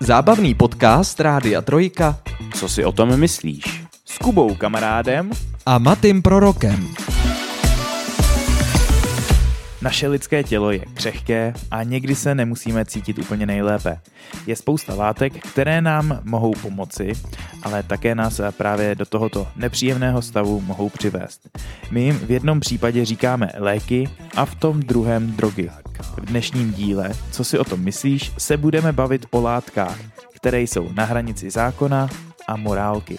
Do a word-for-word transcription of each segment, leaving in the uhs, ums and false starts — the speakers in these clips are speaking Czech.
Zábavný podcast Rádia Trojka. Co si o tom myslíš? S Kubou Kamarádem A Matým Prorokem. Naše lidské tělo je křehké a někdy se nemusíme cítit úplně nejlépe. Je spousta látek, které nám mohou pomoci, ale také nás právě do tohoto nepříjemného stavu mohou přivést. My jim v jednom případě říkáme léky a v tom druhém drogy. V dnešním díle, co si o tom myslíš, se budeme bavit o látkách, které jsou na hranici zákona a morálky.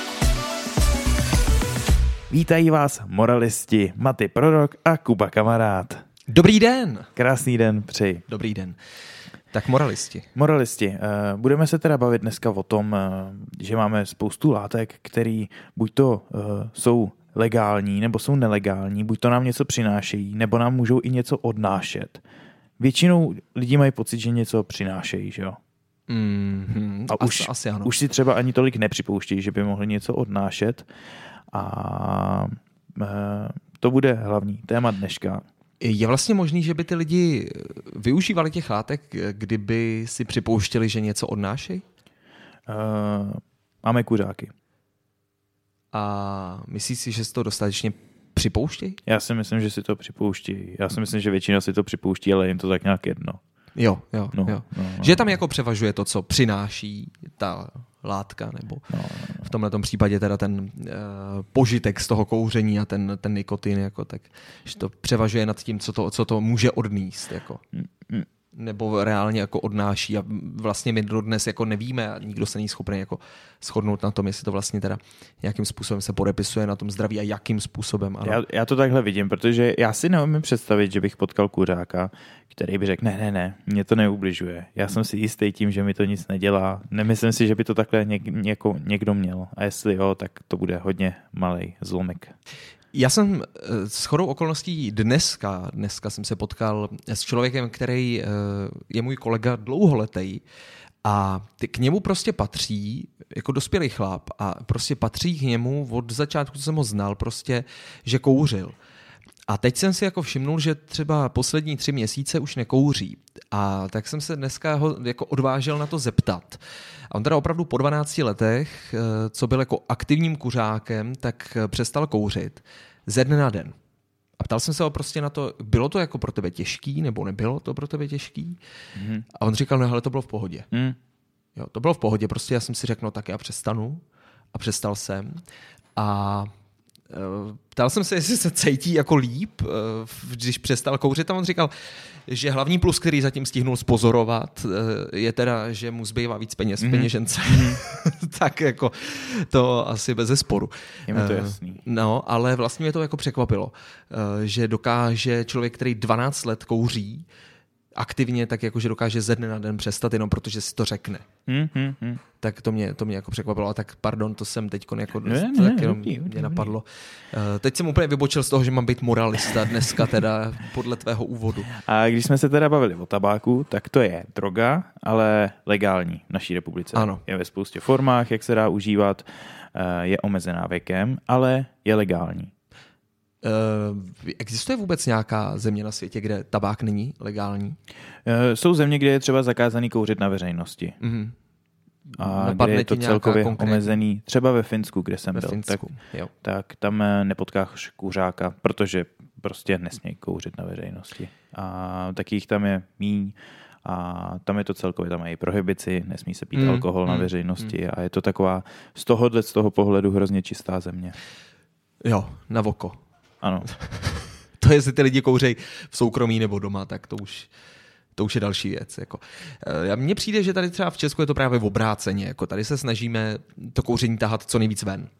Vítají vás moralisti Maty Prorok a Kuba Kamarád. Dobrý den. Krásný den přeji. Dobrý den. Tak moralisti. Moralisti. Budeme se teda bavit dneska o tom, že máme spoustu látek, které buď to jsou legální, nebo jsou nelegální, buď to nám něco přinášejí, nebo nám můžou i něco odnášet. Většinou lidi mají pocit, že něco přinášejí, že jo? Mm-hmm, a asi, už, asi ano. už si třeba ani tolik nepřipouštějí, že by mohli něco odnášet. A to bude hlavní téma dneška. Je vlastně možný, že by ty lidi využívali těch látek, kdyby si připouštěli, že něco odnášejí? Uh, máme kuřáky. A myslíš si, že si to dostatečně připouštějí? Já si myslím, že si to připouští. Já si myslím, že většina si to připouští, ale jim to tak nějak jedno. Jo, jo, no, jo. No, no, že tam jako převažuje to, co přináší ta látka, nebo no, no, no. v tomhletom případě teda ten uh, požitek z toho kouření a ten, ten nikotin, jako, tak, že to převažuje nad tím, co to, co to může odníst. Jako. Mm, mm. Nebo reálně jako odnáší a vlastně my dodnes jako nevíme a nikdo se není schopný jako shodnout na tom, jestli to vlastně teda nějakým způsobem se podepisuje na tom zdraví a jakým způsobem. Ano. Já, já to takhle vidím, protože já si neumím představit, že bych potkal kuřáka, který by řekl, ne, ne, ne, mě to neubližuje. Já jsem si jistý tím, že mi to nic nedělá. Nemyslím si, že by to takhle něk, něko, někdo měl. A jestli jo, tak to bude hodně malej zlomek. Já jsem s shodou okolností dneska, dneska jsem se potkal s člověkem, který je můj kolega dlouholetý a k němu prostě patří, jako dospělý chlap a prostě patří k němu od začátku, co jsem ho znal, prostě, že kouřil. A teď jsem si jako všimnul, že třeba poslední tři měsíce už nekouří. A tak jsem se dneska ho jako odvážel na to zeptat. A on teda opravdu po dvanácti letech, co byl jako aktivním kuřákem, tak přestal kouřit ze dne na den. A ptal jsem se ho prostě na to, bylo to jako pro tebe těžký, nebo nebylo to pro tebe těžký? Mm. A on říkal, no hele, to bylo v pohodě. Mm. Jo, to bylo v pohodě, prostě já jsem si řekl, no tak já přestanu. A přestal jsem. A ptal jsem se, jestli se cítí jako líp, když přestal kouřit, a on říkal, že hlavní plus, který zatím stihnul spozorovat, je teda, že mu zbývá víc peněz v peněžence. Mm-hmm. Tak jako to asi bezesporu. Je mi to jasný. No, ale vlastně mě to jako překvapilo, že dokáže člověk, který dvanáct let kouří, aktivně, tak jako, že dokáže ze dne na den přestat, jenom protože si to řekne. Hmm, hmm, hmm. Tak to mě, to mě jako překvapilo. A tak pardon, to jsem teď jako dost, ne, ne, tak jenom ne, mě napadlo. Uh, teď jsem úplně vybočil z toho, že mám být moralista dneska teda podle tvého úvodu. A když jsme se teda bavili o tabáku, tak to je droga, ale legální v naší republice. Ano. Je ve spoustě formách, jak se dá užívat, uh, je omezená věkem, ale je legální. Uh, existuje vůbec nějaká země na světě, kde tabák není legální? Uh, jsou země, kde je třeba zakázaný kouřit na veřejnosti. Mm-hmm. A Napadne kde je to celkově konkrétní... omezený. Třeba ve Finsku, kde jsem ve byl. Finsku, tak, jo. tak tam nepotkáš kuřáka, protože prostě nesmějí kouřit na veřejnosti. A taky jich tam je míň. A tam je to celkově, tam mají prohibici, nesmí se pít mm, alkohol mm, na veřejnosti. Mm. A je to taková z tohohle, z toho pohledu hrozně čistá země. Jo, na oko. Ano. To, jestli ty lidi kouřejí v soukromí nebo doma, tak to už, to už je další věc. Jako. Mně přijde, že tady třeba v Česku je to právě v obráceně. Jako tady se snažíme to kouření tahat co nejvíc ven.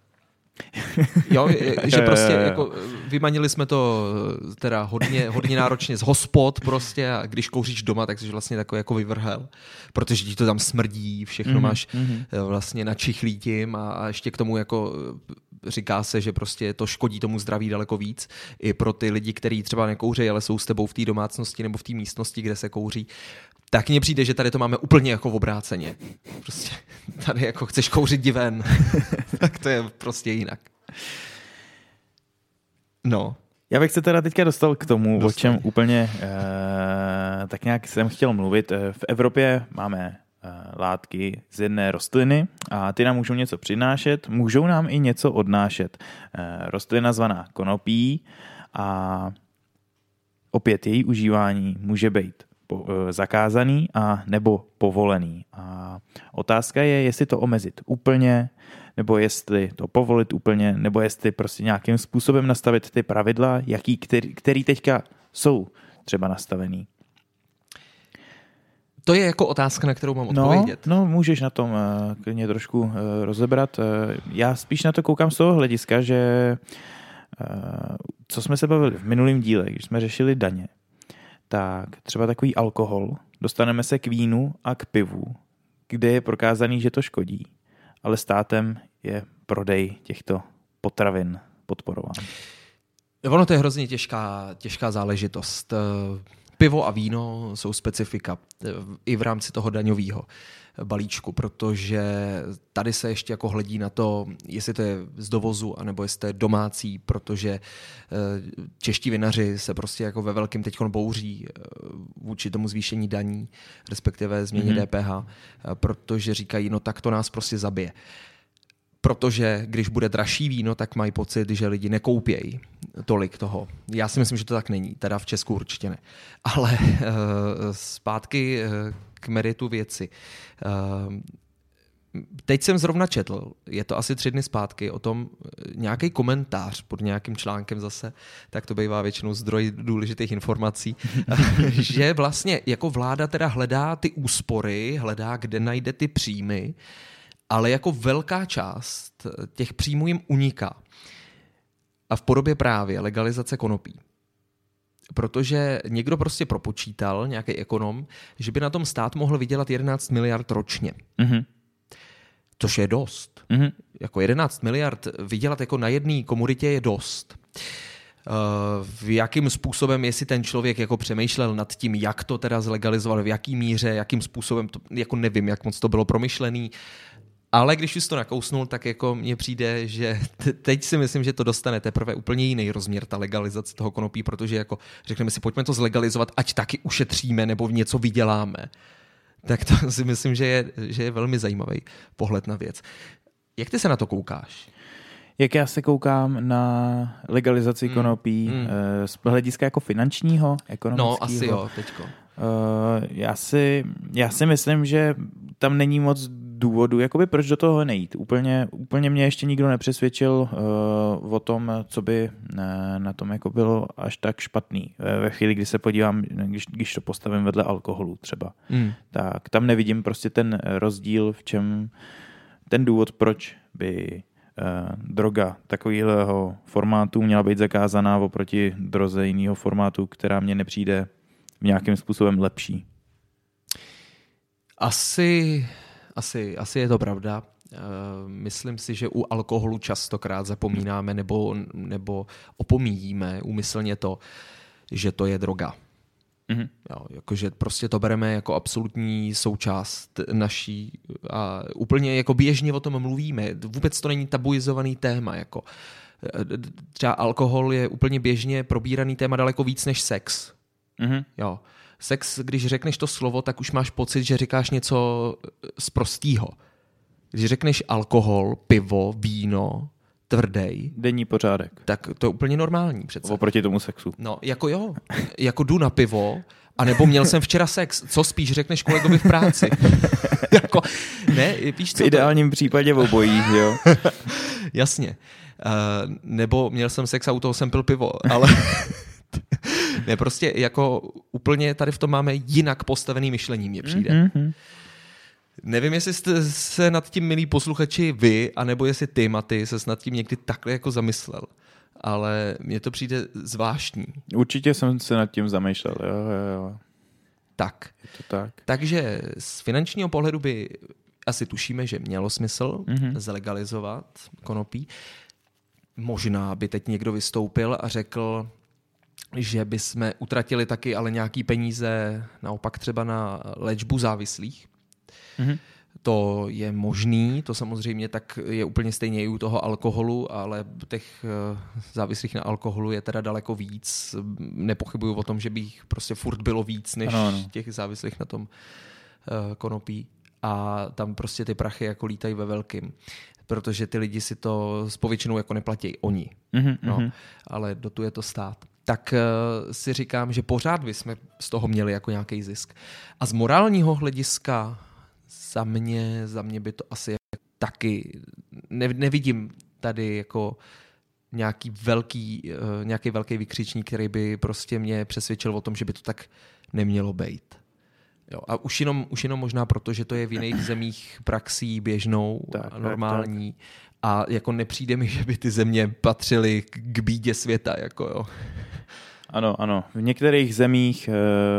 Jo, že prostě jako vymanili jsme to teda hodně, hodně náročně z hospod prostě a když kouříš doma, tak jsi vlastně takový jako vyvrhel, protože ti to tam smrdí, všechno mm-hmm. máš vlastně načichlý tím a, a ještě k tomu jako říká se, že prostě to škodí tomu zdraví daleko víc i pro ty lidi, kteří třeba nekouří, ale jsou s tebou v té domácnosti nebo v té místnosti, kde se kouří. Tak mně přijde, že tady to máme úplně jako v obráceně. Prostě tady jako chceš kouřit diven. Tak to je prostě jinak. No. Já bych se teda teďka dostal k tomu, Dostali. o čem úplně e, tak nějak jsem chtěl mluvit. V Evropě máme látky z jedné rostliny a ty nám můžou něco přinášet, můžou nám i něco odnášet. Rostlina zvaná konopí a opět její užívání může být zakázaný a nebo povolený. A otázka je, jestli to omezit úplně, nebo jestli to povolit úplně, nebo jestli prostě nějakým způsobem nastavit ty pravidla, jaký, který, který teďka jsou třeba nastavený. To je jako otázka, na kterou mám odpovědět. No, no můžeš na tom uh, klidně trošku uh, rozebrat. Uh, já spíš na to koukám z toho hlediska, že uh, co jsme se bavili v minulém díle, když jsme řešili daně, tak třeba takový alkohol, dostaneme se k vínu a k pivu, kde je prokázaný, že to škodí, ale státem je prodej těchto potravin podporován. Ono to je hrozně těžká, těžká záležitost. Pivo a víno jsou specifika i v rámci toho daňového balíčku, protože tady se ještě jako hledí na to, jestli to je z dovozu, anebo jestli to je domácí, protože čeští vinaři se prostě jako ve velkém teďkon bouří vůči tomu zvýšení daní, respektive změně mm-hmm. D P H, protože říkají, no tak to nás prostě zabije. Protože když bude dražší víno, tak mají pocit, že lidi nekoupějí tolik toho. Já si myslím, že to tak není, teda v Česku určitě ne. Ale uh, zpátky uh, k meritu věci. Uh, teď jsem zrovna četl, je to asi tři dny zpátky, o tom nějaký komentář pod nějakým článkem zase, tak to bývá většinou zdroj důležitých informací, že vlastně jako vláda teda hledá ty úspory, hledá, kde najde ty příjmy, ale jako velká část těch příjmů jim uniká. A v podobě právě legalizace konopí. Protože někdo prostě propočítal, nějaký ekonom, že by na tom stát mohl vydělat jedenáct miliard ročně. Mm-hmm. Což je dost. Mm-hmm. Jako jedenáct miliard vydělat jako na jedné komoditě je dost. V jakým způsobem, jestli ten člověk jako přemýšlel nad tím, jak to teda zlegalizovat, v jaký míře, jakým způsobem, to, jako nevím, jak moc to bylo promyšlený. Ale když už to nakousnul, tak jako mně přijde, že teď si myslím, že to dostane teprve úplně jiný rozměr, ta legalizace toho konopí, protože jako řekneme si, pojďme to zlegalizovat, ať taky ušetříme nebo něco vyděláme. Tak to si myslím, že je, že je velmi zajímavý pohled na věc. Jak ty se na to koukáš? Jak já se koukám na legalizaci hmm. konopí hmm. z hlediska jako finančního, ekonomického? No, asi jo, teďko. Já si, já si myslím, že tam není moc důvodu, jakoby proč do toho nejít. Úplně, úplně mě ještě nikdo nepřesvědčil uh, o tom, co by uh, na tom jako bylo až tak špatný. Ve chvíli, kdy se podívám, když, když to postavím vedle alkoholu třeba, mm. tak tam nevidím prostě ten rozdíl, v čem ten důvod, proč by uh, droga takového formátu měla být zakázaná oproti droze jiného formátu, která mně nepřijde v nějakým způsobem lepší. Asi... Asi, asi je to pravda. Myslím si, že u alkoholu častokrát zapomínáme nebo, nebo opomíjíme úmyslně to, že to je droga. Mm-hmm. Jo, jakože prostě to bereme jako absolutní součást naší a úplně jako běžně o tom mluvíme. Vůbec to není tabuizovaný téma. Jako. Třeba alkohol je úplně běžně probíraný téma daleko víc než sex. Mm-hmm. Jo. Sex, když řekneš to slovo, tak už máš pocit, že říkáš něco z prostýho. Když řekneš alkohol, pivo, víno, tvrdej. Denní pořádek. Tak to je úplně normální přece. Oproti tomu sexu. No, jako jo. Jako jdu na pivo, anebo měl jsem včera sex. Co spíš řekneš kolegovi v práci? jako, ne, víš co? V ideálním to... případě obojí, jo. Jasně. Uh, nebo měl jsem sex a u toho jsem pil pivo, ale... Ne, prostě jako úplně tady v tom máme jinak postavený myšlení, mně přijde. Mm-hmm. Nevím, jestli jste se nad tím, milí posluchači, vy, anebo jestli ty, Maty, se nad tím někdy takhle jako zamyslel. Ale mně to přijde zvláštní. Určitě jsem se nad tím zamýšlel, jo, jo, jo. Tak. Je to tak. Takže z finančního pohledu by asi tušíme, že mělo smysl mm-hmm. zlegalizovat konopí. Možná by teď někdo vystoupil a řekl, že bychom utratili taky ale nějaký peníze naopak třeba na léčbu závislých. Mm-hmm. To je možný, to samozřejmě tak je úplně stejně i u toho alkoholu, ale těch závislých na alkoholu je teda daleko víc. Nepochybuju o tom, že by jich prostě furt bylo víc, než ano, ano. těch závislých na tom konopí. a tam prostě ty prachy jako lítají ve velkým, protože ty lidi si to s povětšinou jako neplatí oni, Mm-hmm. no, ale dotuje to stát. Tak uh, si říkám, že pořád bychom z toho měli jako nějaký zisk. A z morálního hlediska za mě, za mě by to asi taky, ne, nevidím tady jako nějaký velký, uh, nějaký velký vykřičník, který by prostě mě přesvědčil o tom, že by to tak nemělo být. Jo, a už jenom, už jenom možná proto, že to je v jiných zemích praxí běžnou tak, a normální tak, tak. A jako nepřijde mi, že by ty země patřily k bídě světa. Jako jo. Ano, ano. V některých zemích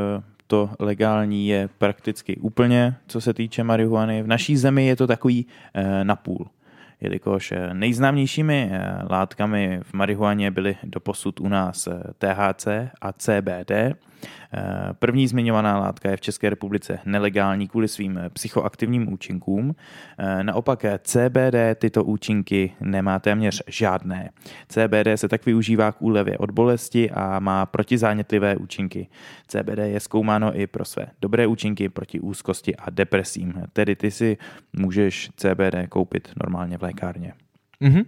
to legální je prakticky úplně, co se týče marihuany. V naší zemi je to takový napůl. Jelikož nejznámějšími látkami v marihuaně byly doposud u nás T H C a C B D. První zmiňovaná látka je v České republice nelegální kvůli svým psychoaktivním účinkům. Naopak C B D tyto účinky nemá téměř žádné. C B D se tak využívá k úlevě od bolesti a má protizánětlivé účinky. C B D je zkoumáno i pro své dobré účinky proti úzkosti a depresím. Tedy ty si můžeš C B D koupit normálně v lékárně. Mm-hmm.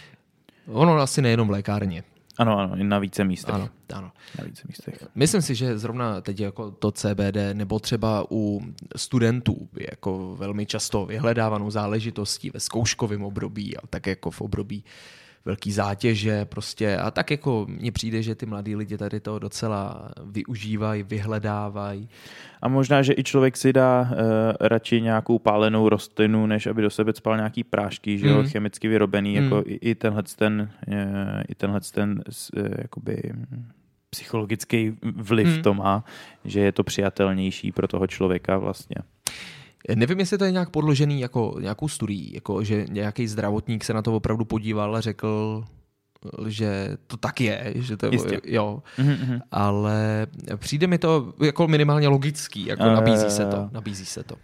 Ono asi nejenom v lékárně. Ano, ano, i na více místech. Ano, ano. Na více místech. Myslím si, že zrovna teď jako to C B D nebo třeba u studentů je jako velmi často vyhledávanou záležitostí ve zkouškovém období a tak jako v období velký zátěže prostě a tak jako mně přijde, že ty mladí lidi tady to docela využívají, vyhledávají. A možná, že i člověk si dá uh, radši nějakou pálenou rostlinu, než aby do sebe spal nějaký prášky, že jo, mm. chemicky vyrobený, mm. jako i, i tenhle ten, uh, i tenhle ten uh, jakoby psychologický vliv mm. to má, že je to přijatelnější pro toho člověka vlastně. Nevím, jestli to je nějak podložený jako nějakou studií, jako že nějaký zdravotník se na to opravdu podíval a řekl, že to tak je, že to Jistě. jo, Mm-hmm. ale přijde mi to jako minimálně logický, jako uh, nabízí se to, nabízí se to.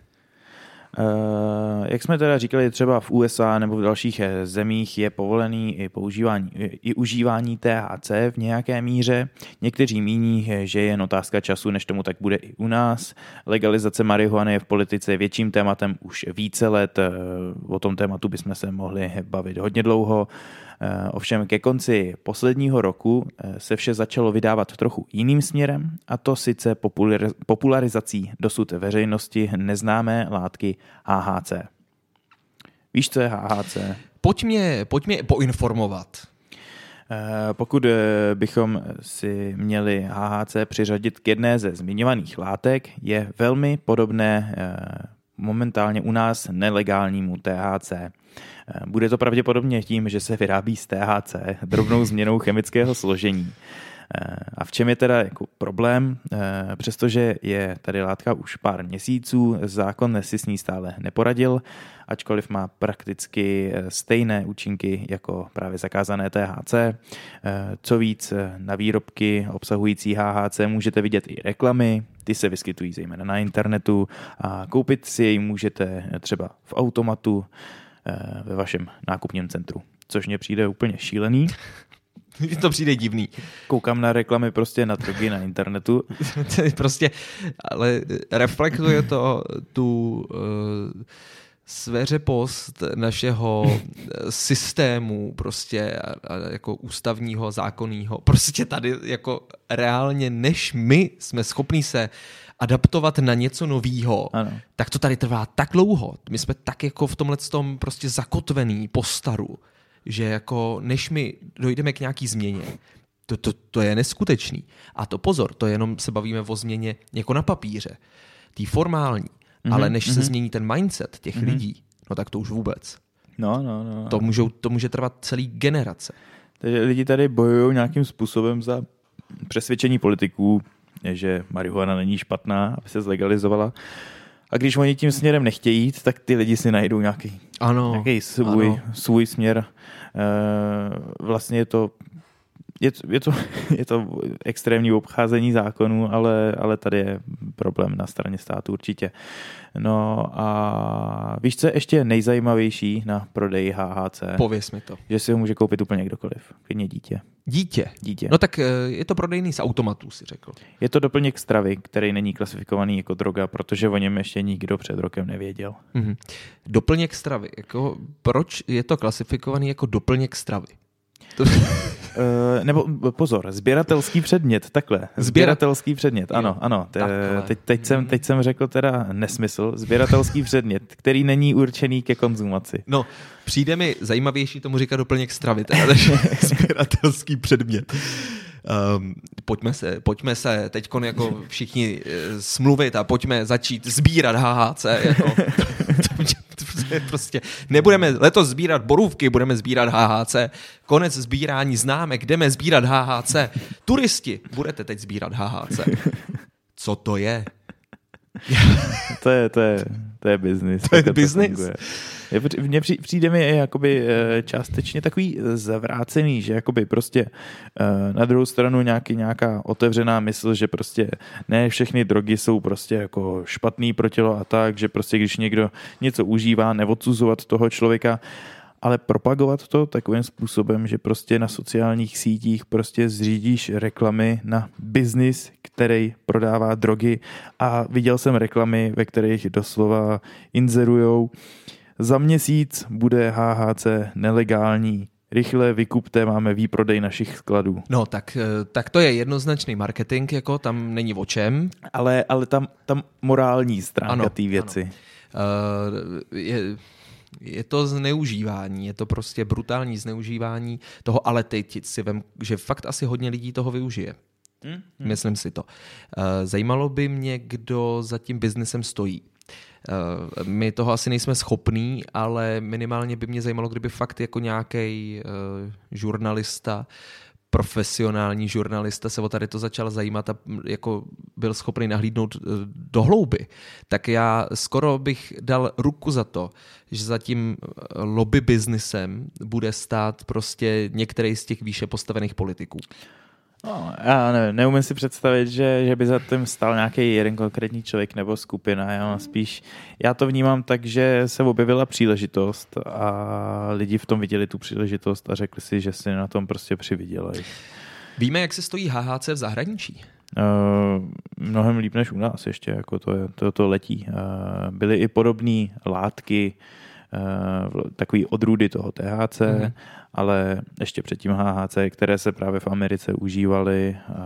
Uh, jak jsme teda říkali, třeba v U S A nebo v dalších zemích je povolený i používání, i užívání T H C v nějaké míře. Někteří míní, že je jen otázka času, než tomu tak bude i u nás. Legalizace marihuany je v politice větším tématem už více let. O tom tématu bychom se mohli bavit hodně dlouho. Ovšem ke konci posledního roku se vše začalo vydávat trochu jiným směrem, a to sice popularizací dosud veřejnosti neznámé látky H H C. Víš, co je H H C? Pojď mě, pojď mě poinformovat. Pokud bychom si měli H H C přiřadit k jedné ze zmiňovaných látek, je velmi podobné momentálně u nás nelegálnímu T H C. Bude to pravděpodobně tím, že se vyrábí z T H C drobnou změnou chemického složení. A v čem je teda jako problém? Přestože je tady látka už pár měsíců, zákon si s ní stále neporadil, ačkoliv má prakticky stejné účinky jako právě zakázané T H C. Co víc, na výrobky obsahující H H C můžete vidět i reklamy, ty se vyskytují zejména na internetu a koupit si jej můžete třeba v automatu ve vašem nákupním centru, což mně přijde úplně šílený. To přijde divný. Koukám na reklamy prostě na drogy na internetu. Prostě, ale reflektuje to tu uh, svéřepost našeho systému prostě a, a jako ústavního, zákonného. Prostě tady jako reálně, než my jsme schopní se adaptovat na něco novýho, tak to tady trvá tak dlouho. My jsme tak jako v tomhle tom prostě zakotvený po staru, že jako než my dojdeme k nějaký změně, to, to, to je neskutečný. A to pozor, to jenom se bavíme o změně jako na papíře, tý formální, mm-hmm, ale než mm-hmm. se změní ten mindset těch mm-hmm. lidí, no tak to už vůbec. No, no, no. To, můžou, to může trvat celý generace. Takže lidi tady bojují nějakým způsobem za přesvědčení politiků, že marihuana není špatná, aby se zlegalizovala. A když oni tím směrem nechtějí jít, tak ty lidi si najdou nějaký, ano, nějaký svůj, ano. svůj směr. E, vlastně je to je, je, to, je to extrémní obcházení zákonů, ale, ale tady je problém na straně státu určitě. No a víš, co je ještě nejzajímavější na prodeji H H C? Pověz mi to. Že si ho může koupit úplně kdokoliv. Klidně dítě. Dítě? Dítě. No tak je to prodejný z automatů, si řekl. Je to doplněk stravy, který není klasifikovaný jako droga, protože o něm ještě nikdo před rokem nevěděl. Mm-hmm. Doplněk stravy. Jako, proč je to klasifikovaný jako doplněk stravy? To... Uh, nebo pozor, sběratelský předmět, takhle. Sběratelský předmět, ano, jo, ano. Te, teď, teď, jsem, teď jsem řekl teda nesmysl. Sběratelský předmět, který není určený ke konzumaci. No, přijde mi zajímavější tomu říkat doplněk stravy, teda než sběratelský předmět. Um, pojďme se, pojďme se teďkon jako všichni uh, smluvit a pojďme začít sbírat H H C. Jako. Prostě nebudeme letos sbírat borůvky, budeme sbírat H H C. Konec sbírání známek, jdeme sbírat H H C. Turisti, budete teď sbírat H H C. Co to je? to je, to je, to je business. To je business? Mně přijde mi jakoby částečně takový zavrácený, že jakoby prostě na druhou stranu nějaký, nějaká otevřená mysl, že prostě ne všechny drogy jsou prostě jako špatný pro tělo a tak, že prostě když někdo něco užívá, neodsuzovat toho člověka, ale propagovat to takovým způsobem, že prostě na sociálních sítích prostě zřídíš reklamy na biznis, který prodává drogy a viděl jsem reklamy, ve kterých doslova inzerujou: za měsíc bude H H C nelegální. Rychle vykupte, máme výprodej našich skladů. No, tak, tak to je jednoznačný marketing, jako tam není o čem. Ale, ale tam, tam morální stránka té věci. Uh, je, je to zneužívání, je to prostě brutální zneužívání toho, ale teď si vem, že fakt asi hodně lidí toho využije. Hmm. Myslím si to. Uh, zajímalo by mě, kdo za tím biznesem stojí. Uh, my toho asi nejsme schopní, ale minimálně by mě zajímalo, kdyby fakt jako nějaký uh, žurnalista, profesionální žurnalista se o tady to začal zajímat a jako byl schopný nahlídnout uh, do hlouby. Tak já skoro bych dal ruku za to, že za tím lobby biznisem bude stát prostě některý z těch výše postavených politiků. No, já nevím, neumím si představit, že, že by za tím stál nějaký jeden konkrétní člověk nebo skupina. Já spíš, já to vnímám tak, že se objevila příležitost a lidi v tom viděli tu příležitost a řekli si, že si na tom prostě přivydělají. Víme, jak se stojí H H C v zahraničí? Uh, mnohem líp než u nás ještě, jako to, je, to, to letí. Uh, byly i podobné látky, uh, takový odrůdy toho T H C, mm-hmm. ale ještě předtím H H C, které se právě v Americe užívaly uh,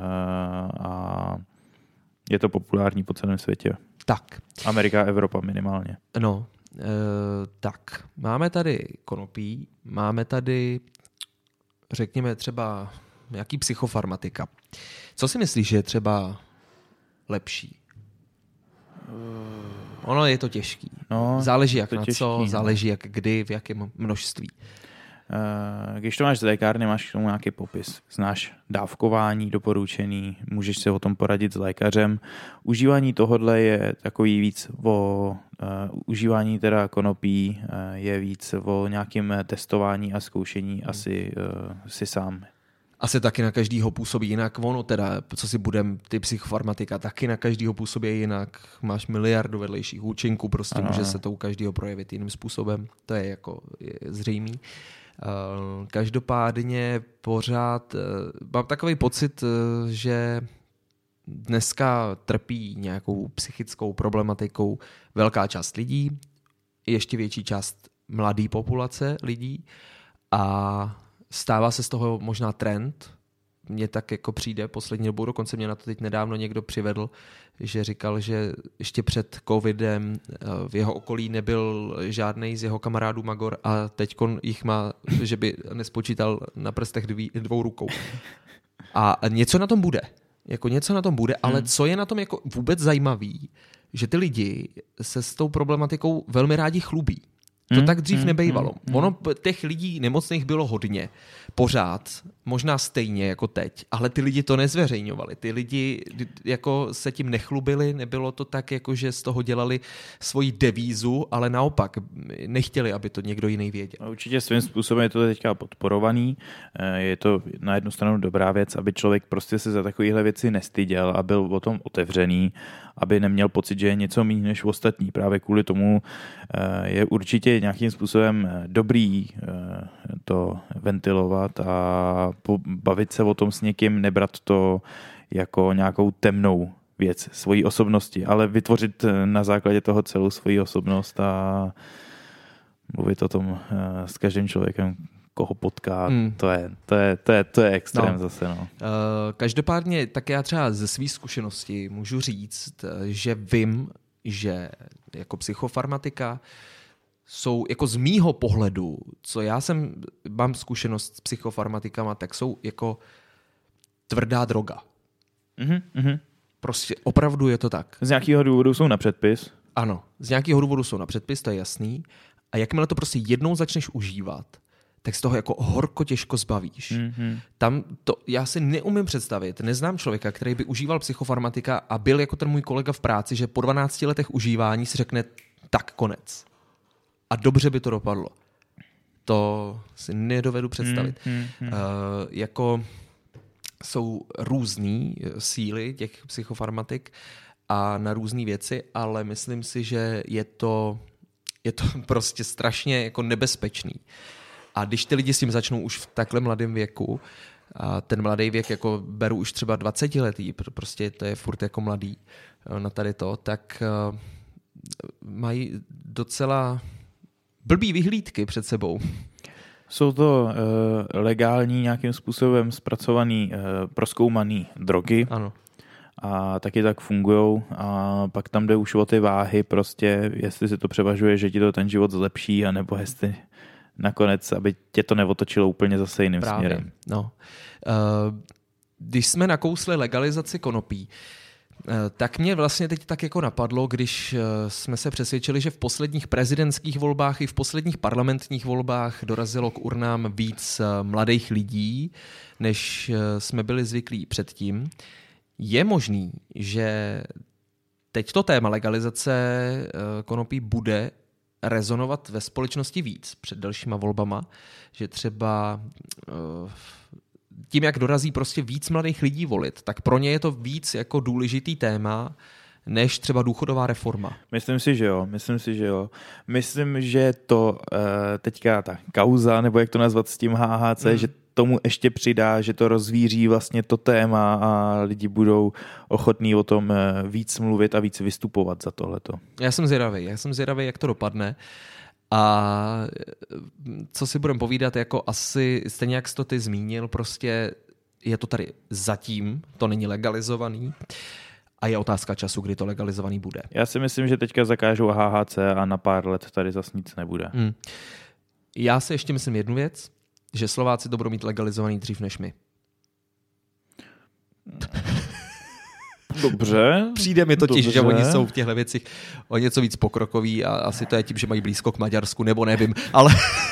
a je to populární po celém světě. Tak. Amerika a Evropa minimálně. No, uh, tak. Máme tady konopí, máme tady, řekněme třeba, nějaký psychofarmatika. Co si myslíš, že je třeba lepší? Ono je to těžký. No, záleží jak na těžký, co, no. Záleží jak kdy, v jakém množství. Když to máš z lékárny, máš k tomu nějaký popis. Znáš dávkování doporučený, můžeš se o tom poradit s lékařem. Užívání tohodle je takový víc o uh, užívání teda konopí, uh, je víc o nějakém testování a zkoušení hmm. asi uh, si sám. Asi taky na každýho působí jinak. Ono teda, co si budem, ty psychofarmatika taky na každýho působí jinak. Máš miliardu vedlejších účinků, prostě ano. Může se to u každého projevit jiným způsobem. To je jako je zřejmý. Uh, každopádně pořád uh, mám takový pocit, uh, že dneska trpí nějakou psychickou problematikou velká část lidí, ještě větší část mladé populace lidí a stává se z toho možná trend. Mně tak jako přijde poslední dobou, dokonce mě na to teď nedávno někdo přivedl, že říkal, že ještě před covidem v jeho okolí nebyl žádnej z jeho kamarádů magor a teďkon jich má, že by nespočítal na prstech dví, dvou rukou. A něco na tom bude. Jako něco na tom bude, ale hmm. co je na tom jako vůbec zajímavý, že ty lidi se s tou problematikou velmi rádi chlubí. To Hmm, tak dřív hmm, nebejvalo. hmm, Ono, těch lidí nemocných bylo hodně. Pořád. Možná stejně jako teď. Ale ty lidi to nezveřejňovali. Ty lidi jako se tím nechlubili. Nebylo to tak, jako že z toho dělali svoji devízu, ale naopak nechtěli, aby to někdo jiný věděl. Určitě svým způsobem je to teďka podporovaný. Je to na jednu stranu dobrá věc, aby člověk prostě se za takovéhle věci nestyděl a byl o tom otevřený, aby neměl pocit, že je něco méně než ostatní. Právě kvůli tomu je určitě nějakým způsobem dobrý to ventilovat a bavit se o tom s někým, nebrat to jako nějakou temnou věc svojí osobnosti, ale vytvořit na základě toho celou svoji osobnost a mluvit o tom s každým člověkem, koho potká, hmm. to, je, to, je, to, je, to je extrém no. zase. No. Uh, každopádně tak já třeba ze své zkušenosti můžu říct, že vím, že jako psychofarmatika jsou jako z mýho pohledu, co já jsem, mám zkušenost s psychofarmatikama, tak jsou jako tvrdá droga. Mm-hmm. Prostě opravdu je to tak. Z nějakého důvodu jsou na předpis? Ano, z nějakého důvodu jsou na předpis, to je jasný. A jakmile to prostě jednou začneš užívat, tak z toho jako horko těžko zbavíš. Mm-hmm. Tam to, já si neumím představit, neznám člověka, který by užíval psychofarmatika a byl jako ten můj kolega v práci, že po dvanácti letech užívání si řekne tak konec. A dobře by to dopadlo. To si nedovedu představit. Mm-hmm. Uh, jako jsou různý síly těch psychofarmatik a na různé věci, ale myslím si, že je to, je to prostě strašně jako nebezpečný. A když ty lidi s tím začnou už v takhle mladém věku, a ten mladý věk jako beru už třeba dvacetiletý, prostě to je furt jako mladý na tady to, tak uh, mají docela blbý vyhlídky před sebou. Jsou to uh, legální nějakým způsobem zpracovaný, uh, prozkoumaný drogy. Ano. A taky tak fungujou a pak tam jde už o ty váhy prostě, jestli si to převažuje, že ti to ten život zlepší, anebo jestli nakonec, aby tě to neotočilo úplně zase jiným Právě. směrem. No. Uh, když jsme nakousli legalizaci konopí, uh, tak mě vlastně teď tak jako napadlo, když uh, jsme se přesvědčili, že v posledních prezidentských volbách i v posledních parlamentních volbách dorazilo k urnám víc uh, mladých lidí, než uh, jsme byli zvyklí předtím. Je možný, že teď to téma legalizace uh, konopí bude rezonovat ve společnosti víc před dalšíma volbama, že třeba uh, tím, jak dorazí prostě víc mladých lidí volit, tak pro ně je to víc jako důležitý téma, než třeba důchodová reforma. Myslím si, že jo. Myslím si, že jo. Myslím, že to uh, teďka ta kauza, nebo jak to nazvat s tím H H C, hmm. že tomu ještě přidá, že to rozvíří vlastně to téma a lidi budou ochotní o tom víc mluvit a víc vystupovat za tohleto. Já jsem zvědavý, já jsem zvědavý, jak to dopadne. A co si budeme povídat, jako asi stejně jak jsi to ty zmínil, prostě je to tady zatím, to není legalizovaný a je otázka času, kdy to legalizovaný bude. Já si myslím, že teďka zakážou H H C a na pár let tady zas nic nebude. Hmm. Já si ještě myslím jednu věc, že Slováci to budou mít legalizovaný dřív než my. Dobře. Přijde mi totiž, Dobře. že oni jsou v těchto věcech o něco víc pokrokoví a asi to je tím, že mají blízko k Maďarsku, nebo nevím, ale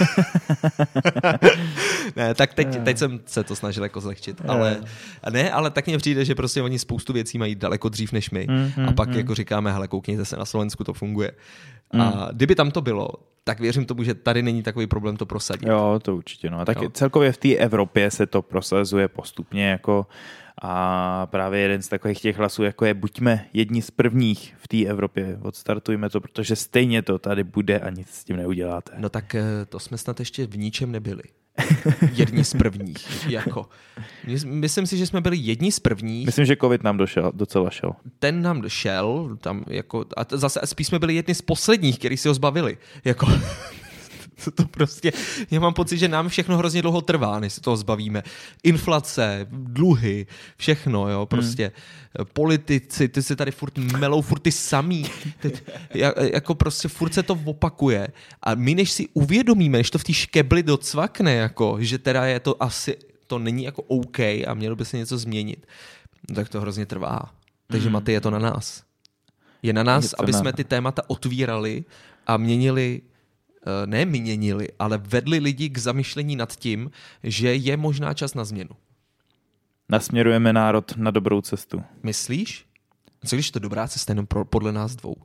ne, tak teď, teď jsem se to snažil jako zlehčit, ale ne, ale tak mně přijde, že prostě oni spoustu věcí mají daleko dřív než my mm, a pak mm. jako říkáme, hele, koukněte se, na Slovensku to funguje. Mm. A kdyby tam to bylo, tak věřím tomu, že tady není takový problém to prosadit. Jo, to určitě. No. A tak jo. Celkově v té Evropě se to prosazuje postupně jako a právě jeden z takových těch hlasů, jako je buďme jedni z prvních v té Evropě, odstartujme to, protože stejně to tady bude a nic s tím neuděláte. No tak to jsme snad ještě v ničem nebyli. Jedni z prvních. Jako. Myslím si, že jsme byli jedni z prvních. Myslím, že covid nám došel, docela šel. Ten nám došel, tam jako, a zase spíš jsme byli jedni z posledních, kteří si ho zbavili. Jako, to prostě, já mám pocit, že nám všechno hrozně dlouho trvá, než se toho zbavíme. Inflace, dluhy, všechno, jo, prostě hmm. politici, ty si tady furt melou, furt ty samý. Teď, jako prostě furt se to opakuje. A my, než si uvědomíme, než to v té škebli docvakne, jako, že teda je to asi, to není jako OK a mělo by se něco změnit, no, tak to hrozně trvá. Takže, hmm. Maty, je to na nás. Je na nás, je aby na... jsme ty témata otvírali a měnili ne měnili, ale vedli lidi k zamyšlení nad tím, že je možná čas na změnu. Nasměrujeme národ na dobrou cestu. Myslíš? Co když to je dobrá cesta jenom pro, podle nás dvou?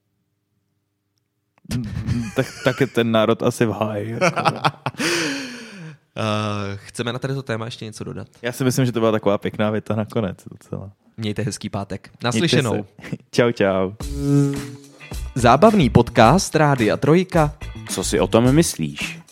tak, tak je ten národ asi v háji. Uh, chceme na tady to téma ještě něco dodat? Já si myslím, že to byla taková pěkná věta nakonec docela. Mějte hezký pátek. Naslyšenou. Čau, čau. Zábavný podcast Rádia Trojka. Co si o tom myslíš?